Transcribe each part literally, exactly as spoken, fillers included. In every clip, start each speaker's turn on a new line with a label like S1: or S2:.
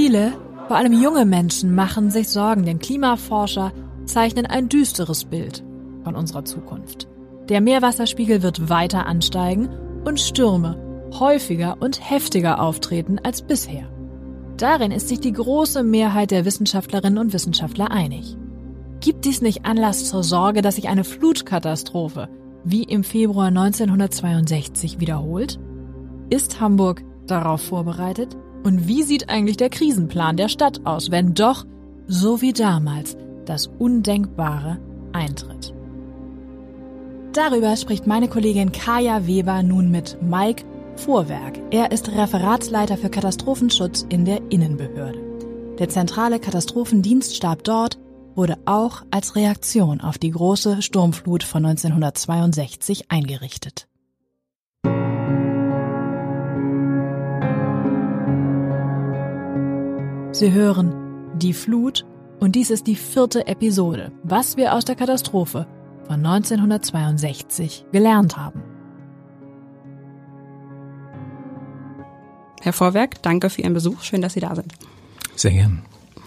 S1: Viele, vor allem junge Menschen, machen sich Sorgen, denn Klimaforscher zeichnen ein düsteres Bild von unserer Zukunft. Der Meerwasserspiegel wird weiter ansteigen und Stürme häufiger und heftiger auftreten als bisher. Darin ist sich die große Mehrheit der Wissenschaftlerinnen und Wissenschaftler einig. Gibt dies nicht Anlass zur Sorge, dass sich eine Flutkatastrophe wie im Februar neunzehnhundertzweiundsechzig wiederholt? Ist Hamburg darauf vorbereitet? Und wie sieht eigentlich der Krisenplan der Stadt aus, wenn doch, so wie damals, das Undenkbare eintritt? Darüber spricht meine Kollegin Kaja Weber nun mit Mike Vorwerk. Er ist Referatsleiter für Katastrophenschutz in der Innenbehörde. Der zentrale Katastrophendienststab dort wurde auch als Reaktion auf die große Sturmflut von neunzehnhundertzweiundsechzig eingerichtet. Sie hören Die Flut und dies ist die vierte Episode, was wir aus der Katastrophe von neunzehnhundertzweiundsechzig gelernt haben.
S2: Herr Vorwerk, danke für Ihren Besuch. Schön, dass Sie da sind.
S3: Sehr gern.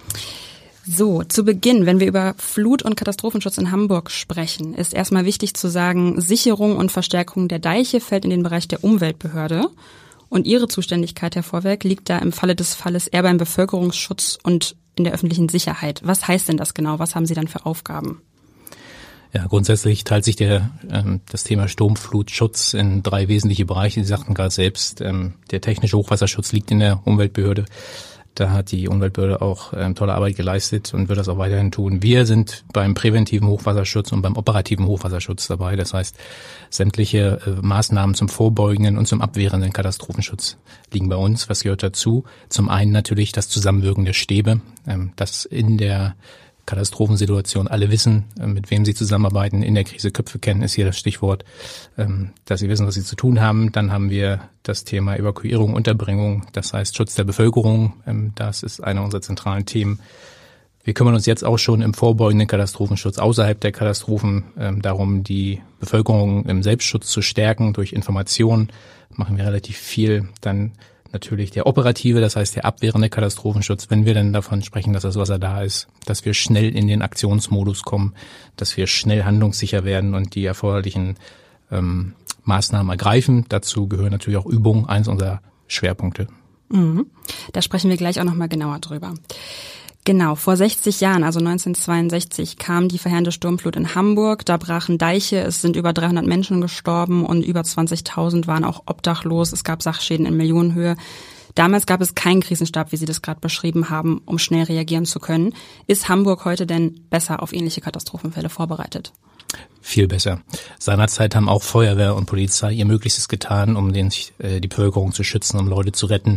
S2: So, zu Beginn, wenn wir über Flut- und Katastrophenschutz in Hamburg sprechen, ist erstmal wichtig zu sagen, Sicherung und Verstärkung der Deiche fällt in den Bereich der Umweltbehörde. Und Ihre Zuständigkeit, Herr Vorwerk, liegt da im Falle des Falles eher beim Bevölkerungsschutz und in der öffentlichen Sicherheit. Was heißt denn das genau? Was haben Sie dann für Aufgaben?
S3: Ja, grundsätzlich teilt sich der, ähm, das Thema Sturmflutschutz in drei wesentliche Bereiche. Sie sagten gerade selbst, ähm, der technische Hochwasserschutz liegt in der Umweltbehörde. Da hat die Umweltbehörde auch ähm, tolle Arbeit geleistet und wird das auch weiterhin tun. Wir sind beim präventiven Hochwasserschutz und beim operativen Hochwasserschutz dabei. Das heißt, sämtliche äh, Maßnahmen zum vorbeugenden und zum abwehrenden Katastrophenschutz liegen bei uns. Was gehört dazu? Zum einen natürlich das Zusammenwirken der Stäbe, ähm, das in der Katastrophensituation alle wissen, mit wem sie zusammenarbeiten. In der Krise Köpfe kennen ist hier das Stichwort, dass sie wissen, was sie zu tun haben. Dann haben wir das Thema Evakuierung, Unterbringung, das heißt Schutz der Bevölkerung. Das ist einer unserer zentralen Themen. Wir kümmern uns jetzt auch schon im vorbeugenden Katastrophenschutz außerhalb der Katastrophen darum, die Bevölkerung im Selbstschutz zu stärken durch Information. Machen wir relativ viel. Dann natürlich der operative, das heißt der abwehrende Katastrophenschutz, wenn wir dann davon sprechen, dass das Wasser da ist, dass wir schnell in den Aktionsmodus kommen, dass wir schnell handlungssicher werden und die erforderlichen ähm, Maßnahmen ergreifen. Dazu gehören natürlich auch Übungen, eins unserer Schwerpunkte.
S2: Mhm. Da sprechen wir gleich auch nochmal genauer drüber. Genau, vor sechzig Jahren, also neunzehnhundertzweiundsechzig, kam die verheerende Sturmflut in Hamburg. Da brachen Deiche, es sind über dreihundert Menschen gestorben und über zwanzigtausend waren auch obdachlos. Es gab Sachschäden in Millionenhöhe. Damals gab es keinen Krisenstab, wie Sie das gerade beschrieben haben, um schnell reagieren zu können. Ist Hamburg heute denn besser auf ähnliche Katastrophenfälle vorbereitet?
S3: Viel besser. Seinerzeit haben auch Feuerwehr und Polizei ihr Möglichstes getan, um den, äh, die Bevölkerung zu schützen, um Leute zu retten.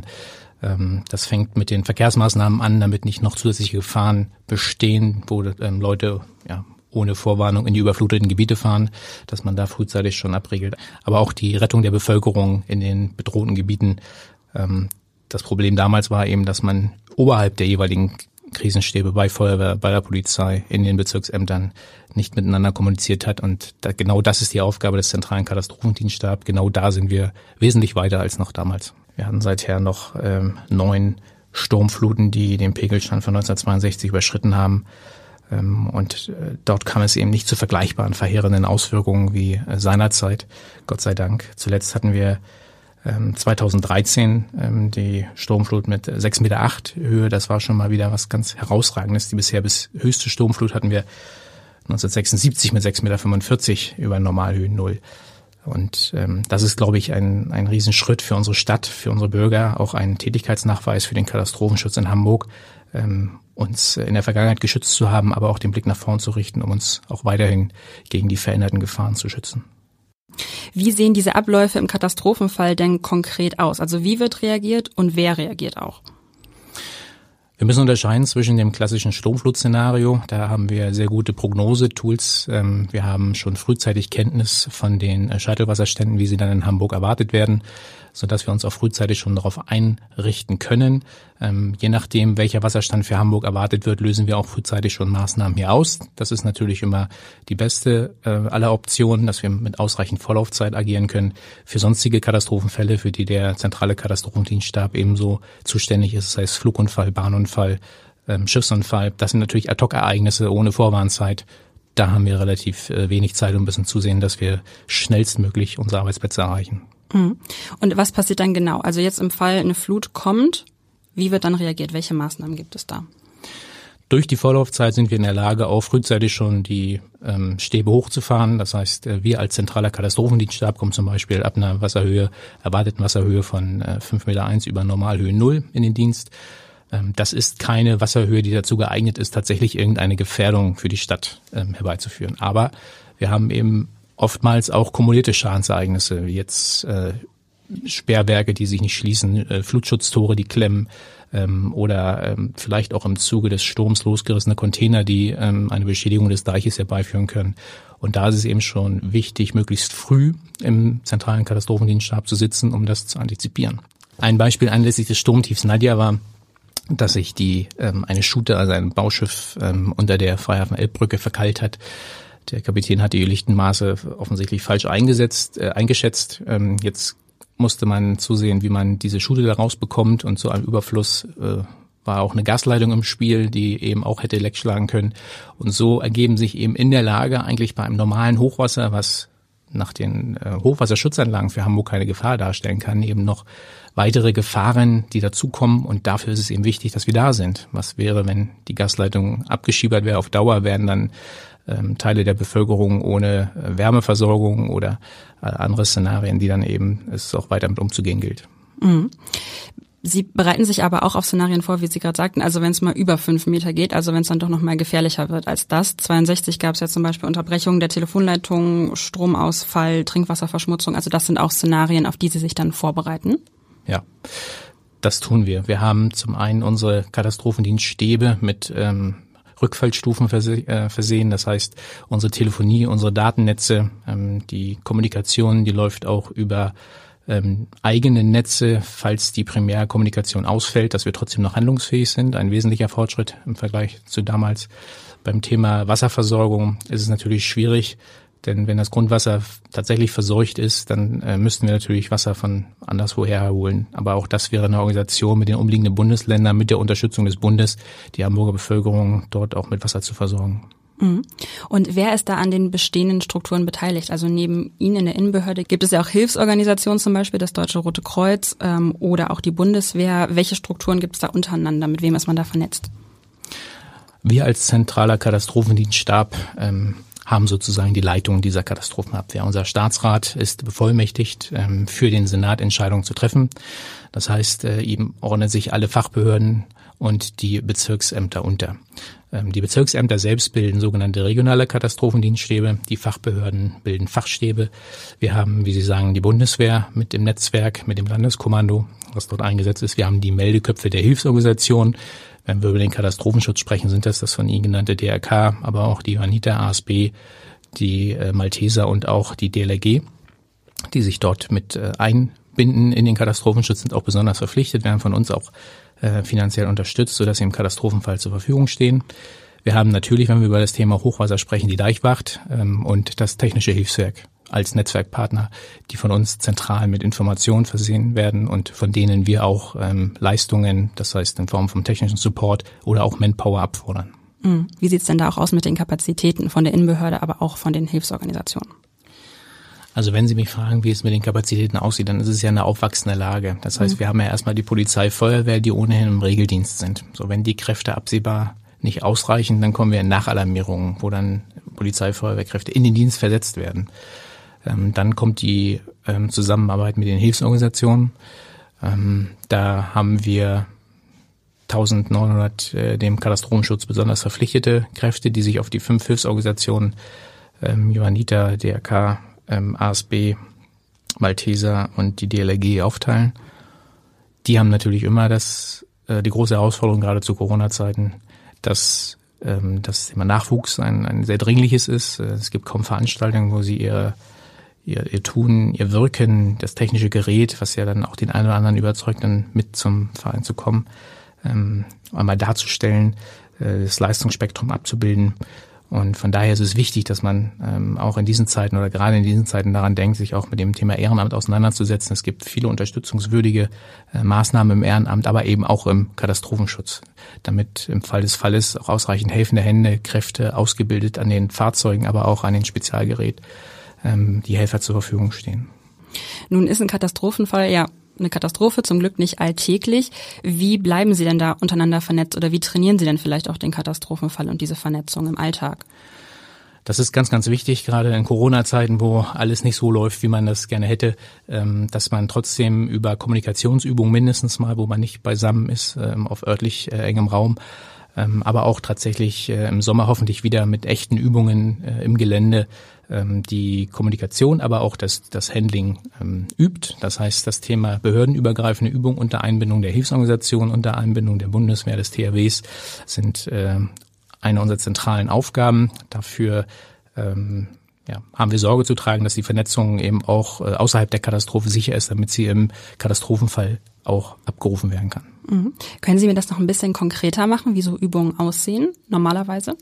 S3: Das fängt mit den Verkehrsmaßnahmen an, damit nicht noch zusätzliche Gefahren bestehen, wo ähm, Leute ja ohne Vorwarnung in die überfluteten Gebiete fahren, dass man da frühzeitig schon abregelt. Aber auch die Rettung der Bevölkerung in den bedrohten Gebieten. Ähm, das Problem damals war eben, dass man oberhalb der jeweiligen Krisenstäbe bei Feuerwehr, bei der Polizei, in den Bezirksämtern nicht miteinander kommuniziert hat. Und da, genau das ist die Aufgabe des zentralen Katastrophendienststabs. Genau da sind wir wesentlich weiter als noch damals. Wir hatten seither noch ähm, neun Sturmfluten, die den Pegelstand von neunzehnhundertzweiundsechzig überschritten haben. Ähm, und äh, dort kam es eben nicht zu vergleichbaren, verheerenden Auswirkungen wie äh, seinerzeit. Gott sei Dank. Zuletzt hatten wir ähm, zweitausenddreizehn ähm, die Sturmflut mit sechs Komma acht Meter Höhe. Das war schon mal wieder was ganz Herausragendes. Die bisher bis höchste Sturmflut hatten wir neunzehnhundertsechsundsiebzig mit sechs Komma fünfundvierzig Meter über Normalhöhen null. Und ähm, das ist, glaube ich, ein, ein Riesenschritt für unsere Stadt, für unsere Bürger, auch ein Tätigkeitsnachweis für den Katastrophenschutz in Hamburg, ähm, uns in der Vergangenheit geschützt zu haben, aber auch den Blick nach vorn zu richten, um uns auch weiterhin gegen die veränderten Gefahren zu schützen.
S2: Wie sehen diese Abläufe im Katastrophenfall denn konkret aus? Also wie wird reagiert und wer reagiert auch?
S3: Wir müssen unterscheiden zwischen dem klassischen Sturmflutszenario. Da haben wir sehr gute Prognosetools. Wir haben schon frühzeitig Kenntnis von den Scheitelwasserständen, wie sie dann in Hamburg erwartet werden, sodass wir uns auch frühzeitig schon darauf einrichten können. Ähm, je nachdem, welcher Wasserstand für Hamburg erwartet wird, lösen wir auch frühzeitig schon Maßnahmen hier aus. Das ist natürlich immer die beste äh, aller Optionen, dass wir mit ausreichend Vorlaufzeit agieren können. Für sonstige Katastrophenfälle, für die der zentrale Katastrophendienststab ebenso zuständig ist, sei es Flugunfall, Bahnunfall, ähm, Schiffsunfall, das sind natürlich Ad-hoc-Ereignisse ohne Vorwarnzeit. Da haben wir relativ äh, wenig Zeit, um ein bisschen zusehen, dass wir schnellstmöglich unsere Arbeitsplätze erreichen.
S2: Mhm. Und was passiert dann genau? Also jetzt im Fall eine Flut kommt, wie wird dann reagiert? Welche Maßnahmen gibt es da?
S3: Durch die Vorlaufzeit sind wir in der Lage, auch frühzeitig schon die ähm, Stäbe hochzufahren. Das heißt, äh, wir als zentraler Katastrophendienststab kommen zum Beispiel ab einer Wasserhöhe, erwarteten Wasserhöhe von äh, fünf Meter eins über Normalhöhe null in den Dienst. Ähm, das ist keine Wasserhöhe, die dazu geeignet ist, tatsächlich irgendeine Gefährdung für die Stadt ähm, herbeizuführen. Aber wir haben eben oftmals auch kumulierte Schadensereignisse, wie jetzt äh, Sperrwerke, die sich nicht schließen, äh, Flutschutztore, die klemmen, ähm, oder ähm, vielleicht auch im Zuge des Sturms losgerissene Container, die ähm, eine Beschädigung des Deiches herbeiführen können. Und da ist es eben schon wichtig, möglichst früh im zentralen Katastrophendienststab zu sitzen, um das zu antizipieren. Ein Beispiel anlässlich des Sturmtiefs Nadja war, dass sich die ähm, eine Schute, also ein Bauschiff ähm, unter der Freihafen-Elbbrücke verkeilt hat. Der Kapitän hat die Lichtenmaße offensichtlich falsch eingesetzt, äh, eingeschätzt. Ähm, jetzt musste man zusehen, wie man diese Schute da rausbekommt, und zu einem Überfluss äh, war auch eine Gasleitung im Spiel, die eben auch hätte leck schlagen können. Und so ergeben sich eben in der Lage, eigentlich bei einem normalen Hochwasser, was nach den äh, Hochwasserschutzanlagen für Hamburg keine Gefahr darstellen kann, eben noch weitere Gefahren, die dazukommen, und dafür ist es eben wichtig, dass wir da sind. Was wäre, wenn die Gasleitung abgeschiebert wäre auf Dauer, werden dann ähm, Teile der Bevölkerung ohne äh, Wärmeversorgung oder äh, andere Szenarien, die dann eben es auch weiter mit umzugehen gilt.
S2: Mhm. Sie bereiten sich aber auch auf Szenarien vor, wie Sie gerade sagten, also wenn es mal über fünf Meter geht, also wenn es dann doch noch mal gefährlicher wird als das. zweiundsechzig gab es ja zum Beispiel Unterbrechungen der Telefonleitung, Stromausfall, Trinkwasserverschmutzung, also das sind auch Szenarien, auf die Sie sich dann vorbereiten.
S3: Ja, das tun wir. Wir haben zum einen unsere Katastrophendienststäbe mit ähm, Rückfallstufen verse- äh, versehen. Das heißt, unsere Telefonie, unsere Datennetze, ähm, die Kommunikation, die läuft auch über ähm, eigene Netze, falls die Primärkommunikation ausfällt, dass wir trotzdem noch handlungsfähig sind. Ein wesentlicher Fortschritt im Vergleich zu damals. Beim Thema Wasserversorgung ist es natürlich schwierig, denn wenn das Grundwasser tatsächlich verseucht ist, dann äh, müssten wir natürlich Wasser von anderswoher herholen. Aber auch das wäre eine Organisation mit den umliegenden Bundesländern, mit der Unterstützung des Bundes, die Hamburger Bevölkerung dort auch mit Wasser zu versorgen.
S2: Mhm. Und wer ist da an den bestehenden Strukturen beteiligt? Also neben Ihnen in der Innenbehörde gibt es ja auch Hilfsorganisationen, zum Beispiel das Deutsche Rote Kreuz ähm, oder auch die Bundeswehr. Welche Strukturen gibt es da untereinander? Mit wem ist man da vernetzt?
S3: Wir als zentraler Katastrophendienststab ähm, haben sozusagen die Leitung dieser Katastrophenabwehr. Unser Staatsrat ist bevollmächtigt, ähm, für den Senat Entscheidungen zu treffen. Das heißt, äh, ihm ordnen sich alle Fachbehörden und die Bezirksämter unter. Ähm, die Bezirksämter selbst bilden sogenannte regionale Katastrophendienststäbe. Die Fachbehörden bilden Fachstäbe. Wir haben, wie Sie sagen, die Bundeswehr mit dem Netzwerk, mit dem Landeskommando, was dort eingesetzt ist. Wir haben die Meldeköpfe der Hilfsorganisationen. Wenn wir über den Katastrophenschutz sprechen, sind das das von Ihnen genannte D R K, aber auch die Johanniter, A S B, die äh, Malteser und auch die D L R G, die sich dort mit äh, einbinden in den Katastrophenschutz, sind auch besonders verpflichtet, werden von uns auch äh, finanziell unterstützt, sodass sie im Katastrophenfall zur Verfügung stehen. Wir haben natürlich, wenn wir über das Thema Hochwasser sprechen, die Deichwacht ähm, und das Technische Hilfswerk als Netzwerkpartner, die von uns zentral mit Informationen versehen werden und von denen wir auch ähm, Leistungen, das heißt in Form vom technischen Support oder auch Manpower abfordern.
S2: Wie sieht's denn da auch aus mit den Kapazitäten von der Innenbehörde, aber auch von den Hilfsorganisationen?
S3: Also wenn Sie mich fragen, wie es mit den Kapazitäten aussieht, dann ist es ja eine aufwachsende Lage. Das heißt, mhm. wir haben ja erstmal die Polizei, Feuerwehr, die ohnehin im Regeldienst sind. So, wenn die Kräfte absehbar nicht ausreichen, dann kommen wir in Nachalarmierungen, wo dann Polizei, Feuerwehrkräfte in den Dienst versetzt werden. Ähm, dann kommt die ähm, Zusammenarbeit mit den Hilfsorganisationen. Ähm, da haben wir eintausendneunhundert äh, dem Katastrophenschutz besonders verpflichtete Kräfte, die sich auf die fünf Hilfsorganisationen ähm, Johanniter, D R K, ähm, A S B, Malteser und die D L R G aufteilen. Die haben natürlich immer das äh, die große Herausforderung, gerade zu Corona-Zeiten, dass ähm, das Thema Nachwuchs ein, ein sehr dringliches ist. Es gibt kaum Veranstaltungen, wo sie ihre Ihr, ihr Tun, ihr Wirken, das technische Gerät, was ja dann auch den einen oder anderen überzeugt, dann mit zum Verein zu kommen, ähm, einmal darzustellen, äh, das Leistungsspektrum abzubilden. Und von daher ist es wichtig, dass man ähm, auch in diesen Zeiten oder gerade in diesen Zeiten daran denkt, sich auch mit dem Thema Ehrenamt auseinanderzusetzen. Es gibt viele unterstützungswürdige äh, Maßnahmen im Ehrenamt, aber eben auch im Katastrophenschutz, damit im Fall des Falles auch ausreichend helfende Hände, Kräfte ausgebildet an den Fahrzeugen, aber auch an den Spezialgerät, ähm, die Helfer zur Verfügung stehen.
S2: Nun ist ein Katastrophenfall ja eine Katastrophe, zum Glück nicht alltäglich. Wie bleiben Sie denn da untereinander vernetzt oder wie trainieren Sie denn vielleicht auch den Katastrophenfall und diese Vernetzung im Alltag?
S3: Das ist ganz, ganz wichtig, gerade in Corona-Zeiten, wo alles nicht so läuft, wie man das gerne hätte, dass man trotzdem über Kommunikationsübungen mindestens mal, wo man nicht beisammen ist, auf örtlich engem Raum, aber auch tatsächlich im Sommer hoffentlich wieder mit echten Übungen im Gelände die Kommunikation, aber auch das, das Handling ähm, übt. Das heißt, das Thema behördenübergreifende Übung unter Einbindung der Hilfsorganisationen, unter Einbindung der Bundeswehr, des T H Ws sind äh, eine unserer zentralen Aufgaben. Dafür ähm, ja, haben wir Sorge zu tragen, dass die Vernetzung eben auch äh, außerhalb der Katastrophe sicher ist, damit sie im Katastrophenfall auch abgerufen werden kann.
S2: Mhm. Können Sie mir das noch ein bisschen konkreter machen, wie so Übungen aussehen normalerweise?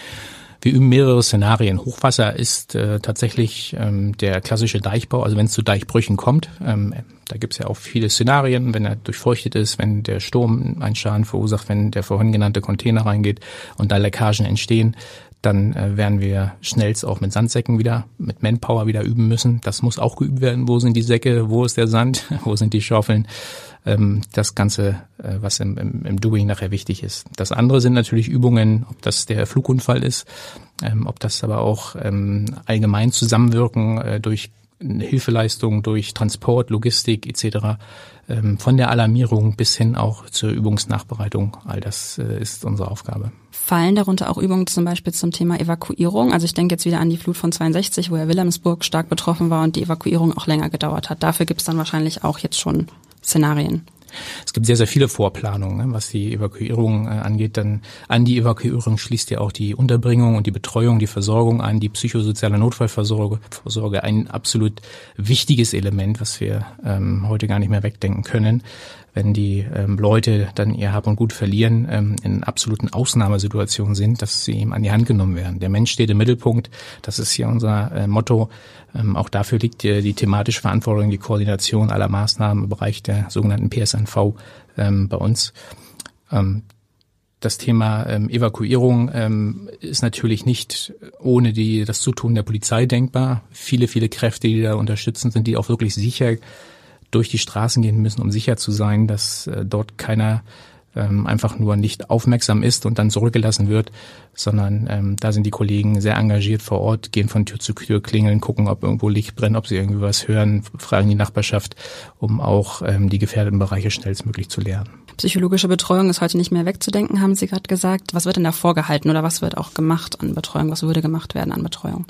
S3: Wir üben mehrere Szenarien. Hochwasser ist äh, tatsächlich ähm, der klassische Deichbau, also wenn es zu Deichbrüchen kommt. Ähm, da gibt es ja auch viele Szenarien, wenn er durchfeuchtet ist, wenn der Sturm einen Schaden verursacht, wenn der vorhin genannte Container reingeht und da Leckagen entstehen, dann äh, werden wir schnellst auch mit Sandsäcken wieder, mit Manpower wieder üben müssen. Das muss auch geübt werden. Wo sind die Säcke? Wo ist der Sand? Wo sind die Schaufeln? Ähm, das Ganze, äh, was im, im, im Doing nachher wichtig ist. Das andere sind natürlich Übungen, ob das der Flugunfall ist, ähm, ob das aber auch ähm, allgemein Zusammenwirken äh, durch Hilfeleistung, durch Transport, Logistik et cetera, ähm, von der Alarmierung bis hin auch zur Übungsnachbereitung. All das äh, ist unsere Aufgabe.
S2: Fallen darunter auch Übungen zum Beispiel zum Thema Evakuierung? Also ich denke jetzt wieder an die Flut von zweiundsechzig, wo ja Wilhelmsburg stark betroffen war und die Evakuierung auch länger gedauert hat. Dafür gibt es dann wahrscheinlich auch jetzt schon Szenarien.
S3: Es gibt sehr, sehr viele Vorplanungen, ne, was die Evakuierung äh, angeht. Dann an die Evakuierung schließt ja auch die Unterbringung und die Betreuung, die Versorgung an, die psychosoziale Notfallversorgung, Versorge, ein absolut wichtiges Element, was wir ähm, heute gar nicht mehr wegdenken können. Wenn die ähm, Leute dann ihr Hab und Gut verlieren, ähm, in absoluten Ausnahmesituationen sind, dass sie ihm an die Hand genommen werden. Der Mensch steht im Mittelpunkt, das ist hier unser äh, Motto. Ähm, auch dafür liegt äh, die thematische Verantwortung, die Koordination aller Maßnahmen im Bereich der sogenannten P S N V ähm, bei uns. Ähm, Das Thema ähm, Evakuierung ähm, ist natürlich nicht ohne die das Zutun der Polizei denkbar. Viele, viele Kräfte, die da unterstützen, sind die auch wirklich sicher durch die Straßen gehen müssen, um sicher zu sein, dass äh, dort keiner ähm, einfach nur nicht aufmerksam ist und dann zurückgelassen wird, sondern ähm, da sind die Kollegen sehr engagiert vor Ort, gehen von Tür zu Tür, klingeln, gucken, ob irgendwo Licht brennt, ob sie irgendwie was hören, fragen die Nachbarschaft, um auch ähm, die gefährdeten Bereiche schnellstmöglich zu leeren. Psychologische
S2: Betreuung ist heute nicht mehr wegzudenken, haben Sie gerade gesagt. Was wird denn da vorgehalten oder was wird auch gemacht an Betreuung? Was würde gemacht werden an Betreuung?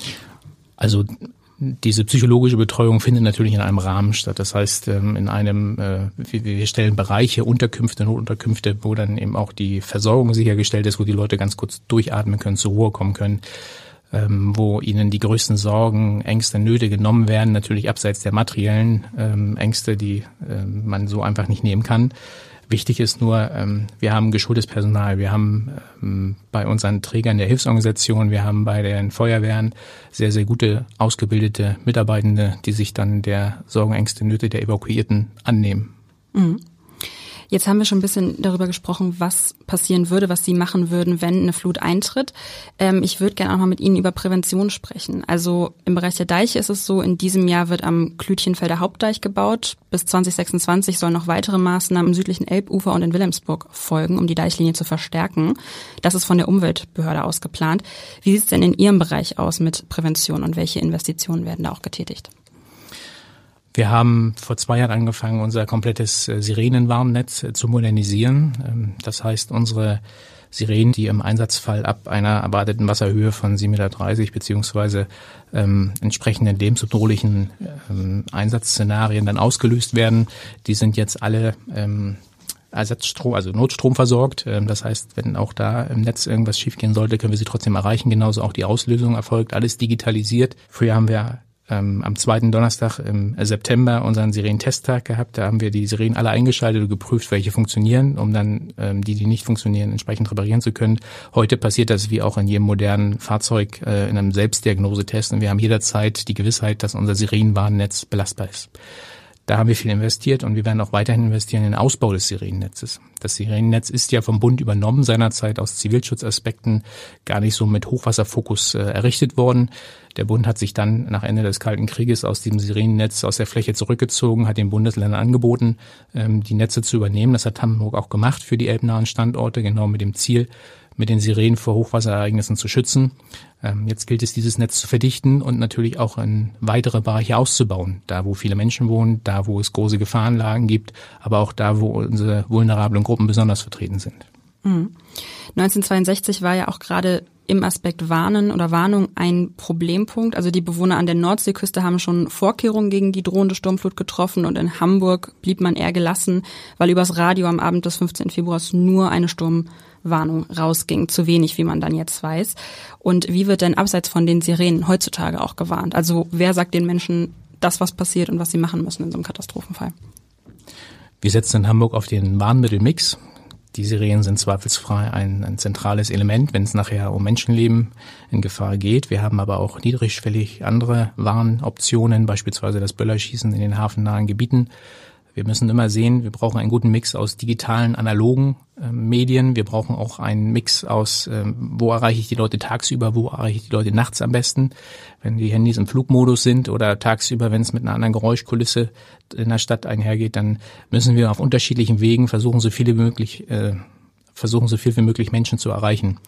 S3: Also diese psychologische Betreuung findet natürlich in einem Rahmen statt. Das heißt, in einem, wir stellen Bereiche, Unterkünfte, Notunterkünfte, wo dann eben auch die Versorgung sichergestellt ist, wo die Leute ganz kurz durchatmen können, zur Ruhe kommen können, wo ihnen die größten Sorgen, Ängste, Nöte genommen werden, natürlich abseits der materiellen Ängste, die man so einfach nicht nehmen kann. Wichtig ist nur, wir haben geschultes Personal, wir haben bei unseren Trägern der Hilfsorganisation, wir haben bei den Feuerwehren sehr, sehr gute, ausgebildete Mitarbeitende, die sich dann der Sorgen, Ängste, Nöte der Evakuierten annehmen.
S2: Mhm. Jetzt haben wir schon ein bisschen darüber gesprochen, was passieren würde, was Sie machen würden, wenn eine Flut eintritt. Ähm, ich würde gerne auch mal mit Ihnen über Prävention sprechen. Also im Bereich der Deiche ist es so, in diesem Jahr wird am Klütchenfelder Hauptdeich gebaut. Bis zwanzig sechsundzwanzig sollen noch weitere Maßnahmen im südlichen Elbufer und in Wilhelmsburg folgen, um die Deichlinie zu verstärken. Das ist von der Umweltbehörde aus geplant. Wie sieht es denn in Ihrem Bereich aus mit Prävention und welche Investitionen werden da auch getätigt?
S3: Wir haben vor zwei Jahren angefangen, unser komplettes Sirenenwarnnetz zu modernisieren. Das heißt, unsere Sirenen, die im Einsatzfall ab einer erwarteten Wasserhöhe von sieben Komma dreißig Meter beziehungsweise ähm, entsprechenden lebensbedrohlichen ähm, Einsatzszenarien dann ausgelöst werden, die sind jetzt alle ähm, Ersatzstrom, also Notstrom versorgt. Das heißt, wenn auch da im Netz irgendwas schiefgehen sollte, können wir sie trotzdem erreichen. Genauso auch die Auslösung erfolgt, alles digitalisiert. Früher haben wir ähm, am zweiten Donnerstag im September unseren Sirenentesttag gehabt. Da haben wir die Sirenen alle eingeschaltet und geprüft, welche funktionieren, um dann ähm, die, die nicht funktionieren, entsprechend reparieren zu können. Heute passiert das wie auch in jedem modernen Fahrzeug äh, in einem Selbstdiagnosetest und wir haben jederzeit die Gewissheit, dass unser Sirenenwarnnetz belastbar ist. Da haben wir viel investiert und wir werden auch weiterhin investieren in den Ausbau des Sirenennetzes. Das Sirenennetz ist ja vom Bund übernommen, seinerzeit aus Zivilschutzaspekten gar nicht so mit Hochwasserfokus äh, errichtet worden. Der Bund hat sich dann nach Ende des Kalten Krieges aus diesem Sirenennetz aus der Fläche zurückgezogen, hat den Bundesländern angeboten, ähm, die Netze zu übernehmen. Das hat Hamburg auch gemacht für die elbnahen Standorte, genau mit dem Ziel, mit den Sirenen vor Hochwasserereignissen zu schützen. Ähm, jetzt gilt es, dieses Netz zu verdichten und natürlich auch in weitere Bereiche auszubauen. Da, wo viele Menschen wohnen, da, wo es große Gefahrenlagen gibt, aber auch da, wo unsere vulnerablen Gruppen besonders vertreten sind.
S2: Mhm. neunzehnhundertzweiundsechzig war ja auch gerade im Aspekt Warnen oder Warnung ein Problempunkt. Also die Bewohner an der Nordseeküste haben schon Vorkehrungen gegen die drohende Sturmflut getroffen und in Hamburg blieb man eher gelassen, weil übers Radio am Abend des fünfzehnten Februars nur eine Sturmwarnung rausging. Zu wenig, wie man dann jetzt weiß. Und wie wird denn abseits von den Sirenen heutzutage auch gewarnt? Also wer sagt den Menschen das, was passiert und was sie machen müssen in so einem Katastrophenfall?
S3: Wir setzen in Hamburg auf den Warnmittelmix. Die Sirenen sind zweifelsfrei ein, ein zentrales Element, wenn es nachher um Menschenleben in Gefahr geht. Wir haben aber auch niedrigschwellig andere Warnoptionen, beispielsweise das Böllerschießen in den hafennahen Gebieten. Wir müssen immer sehen, wir brauchen einen guten Mix aus digitalen, analogen äh, Medien. Wir brauchen auch einen Mix aus, äh, wo erreiche ich die Leute tagsüber, wo erreiche ich die Leute nachts am besten. Wenn die Handys im Flugmodus sind oder tagsüber, wenn es mit einer anderen Geräuschkulisse in der Stadt einhergeht, dann müssen wir auf unterschiedlichen Wegen versuchen, so viele wie möglich, äh, versuchen, so viel wie möglich Menschen zu erreichen.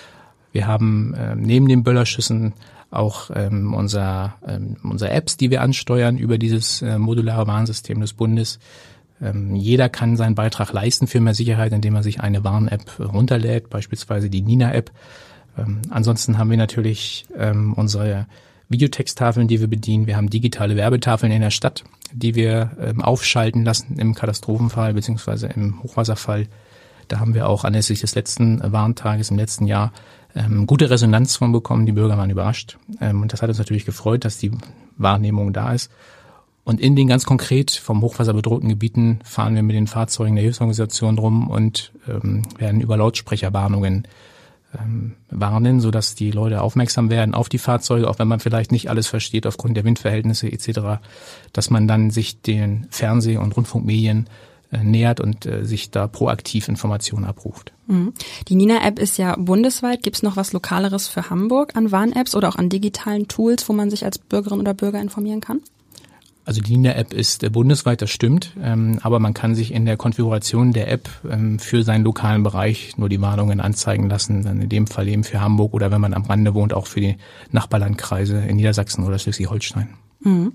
S3: Wir haben äh, neben den Böllerschüssen auch ähm, unser, ähm, unsere Apps, die wir ansteuern über dieses äh, modulare Warnsystem des Bundes. Ähm, jeder kann seinen Beitrag leisten für mehr Sicherheit, indem er sich eine Warn-App runterlädt, beispielsweise die Nina-App. Ähm, ansonsten haben wir natürlich ähm, unsere Videotexttafeln, die wir bedienen. Wir haben digitale Werbetafeln in der Stadt, die wir ähm, aufschalten lassen im Katastrophenfall beziehungsweise im Hochwasserfall. Da haben wir auch anlässlich des letzten Warntages im letzten Jahr ähm, gute Resonanz von bekommen. Die Bürger waren überrascht. Ähm, und das hat uns natürlich gefreut, dass die Wahrnehmung da ist. Und in den ganz konkret vom Hochwasser bedrohten Gebieten fahren wir mit den Fahrzeugen der Hilfsorganisation rum und ähm, werden über Lautsprecherwarnungen ähm, warnen, sodass die Leute aufmerksam werden auf die Fahrzeuge, auch wenn man vielleicht nicht alles versteht aufgrund der Windverhältnisse et cetera, dass man dann sich den Fernseh- und Rundfunkmedien nähert und äh, sich da proaktiv Informationen abruft.
S2: Die Nina-App ist ja bundesweit. Gibt es noch was Lokaleres für Hamburg an Warn-Apps oder auch an digitalen Tools, wo man sich als Bürgerin oder Bürger informieren kann?
S3: Also die Nina-App ist äh, bundesweit, das stimmt, ähm, aber man kann sich in der Konfiguration der App ähm, für seinen lokalen Bereich nur die Warnungen anzeigen lassen, dann in dem Fall eben für Hamburg oder wenn man am Rande wohnt, auch für die Nachbarlandkreise in Niedersachsen oder Schleswig-Holstein.
S2: Mhm.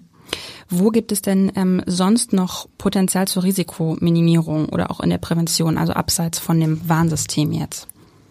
S2: Wo gibt es denn ähm, sonst noch Potenzial zur Risikominimierung oder auch in der Prävention, also abseits von dem Warnsystem jetzt?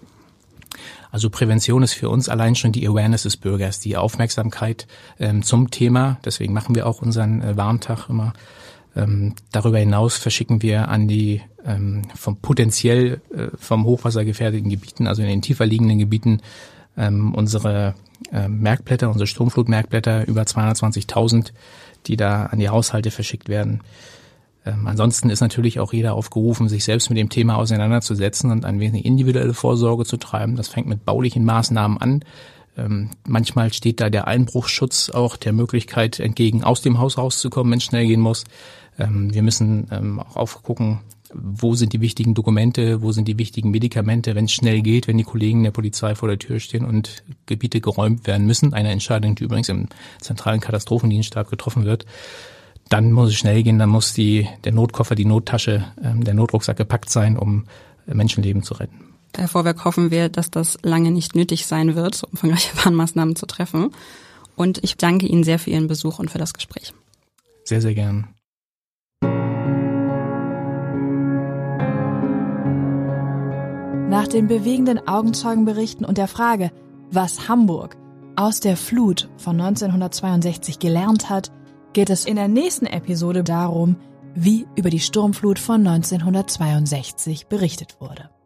S3: Also Prävention ist für uns allein schon die Awareness des Bürgers, die Aufmerksamkeit ähm, zum Thema. Deswegen machen wir auch unseren äh, Warntag immer. Ähm, darüber hinaus verschicken wir an die ähm, vom potenziell äh, vom Hochwasser gefährdeten Gebieten, also in den tiefer liegenden Gebieten, ähm, unsere äh, Merkblätter, unsere Sturmflutmerkblätter, über zweihundertzwanzigtausend, die da an die Haushalte verschickt werden. Ähm, ansonsten ist natürlich auch jeder aufgerufen, sich selbst mit dem Thema auseinanderzusetzen und ein wenig individuelle Vorsorge zu treiben. Das fängt mit baulichen Maßnahmen an. Ähm, manchmal steht da der Einbruchsschutz auch der Möglichkeit entgegen, aus dem Haus rauszukommen, wenn es schnell gehen muss. Ähm, wir müssen ähm, auch aufgucken, wo sind die wichtigen Dokumente, wo sind die wichtigen Medikamente, wenn es schnell geht, wenn die Kollegen der Polizei vor der Tür stehen und Gebiete geräumt werden müssen. Eine Entscheidung, die übrigens im zentralen Katastrophendienststab getroffen wird. Dann muss es schnell gehen, dann muss die der Notkoffer, die Nottasche, ähm, der Notrucksack gepackt sein, um äh, Menschenleben zu retten.
S2: Herr Vorwerk, hoffen wir, dass das lange nicht nötig sein wird, umfangreiche Warnmaßnahmen zu treffen. Und ich danke Ihnen sehr für Ihren Besuch und für das Gespräch.
S3: Sehr, sehr gern.
S1: Nach den bewegenden Augenzeugenberichten und der Frage, was Hamburg aus der Flut von neunzehnhundertzweiundsechzig gelernt hat, geht es in der nächsten Episode darum, wie über die Sturmflut von neunzehnhundertzweiundsechzig berichtet wurde.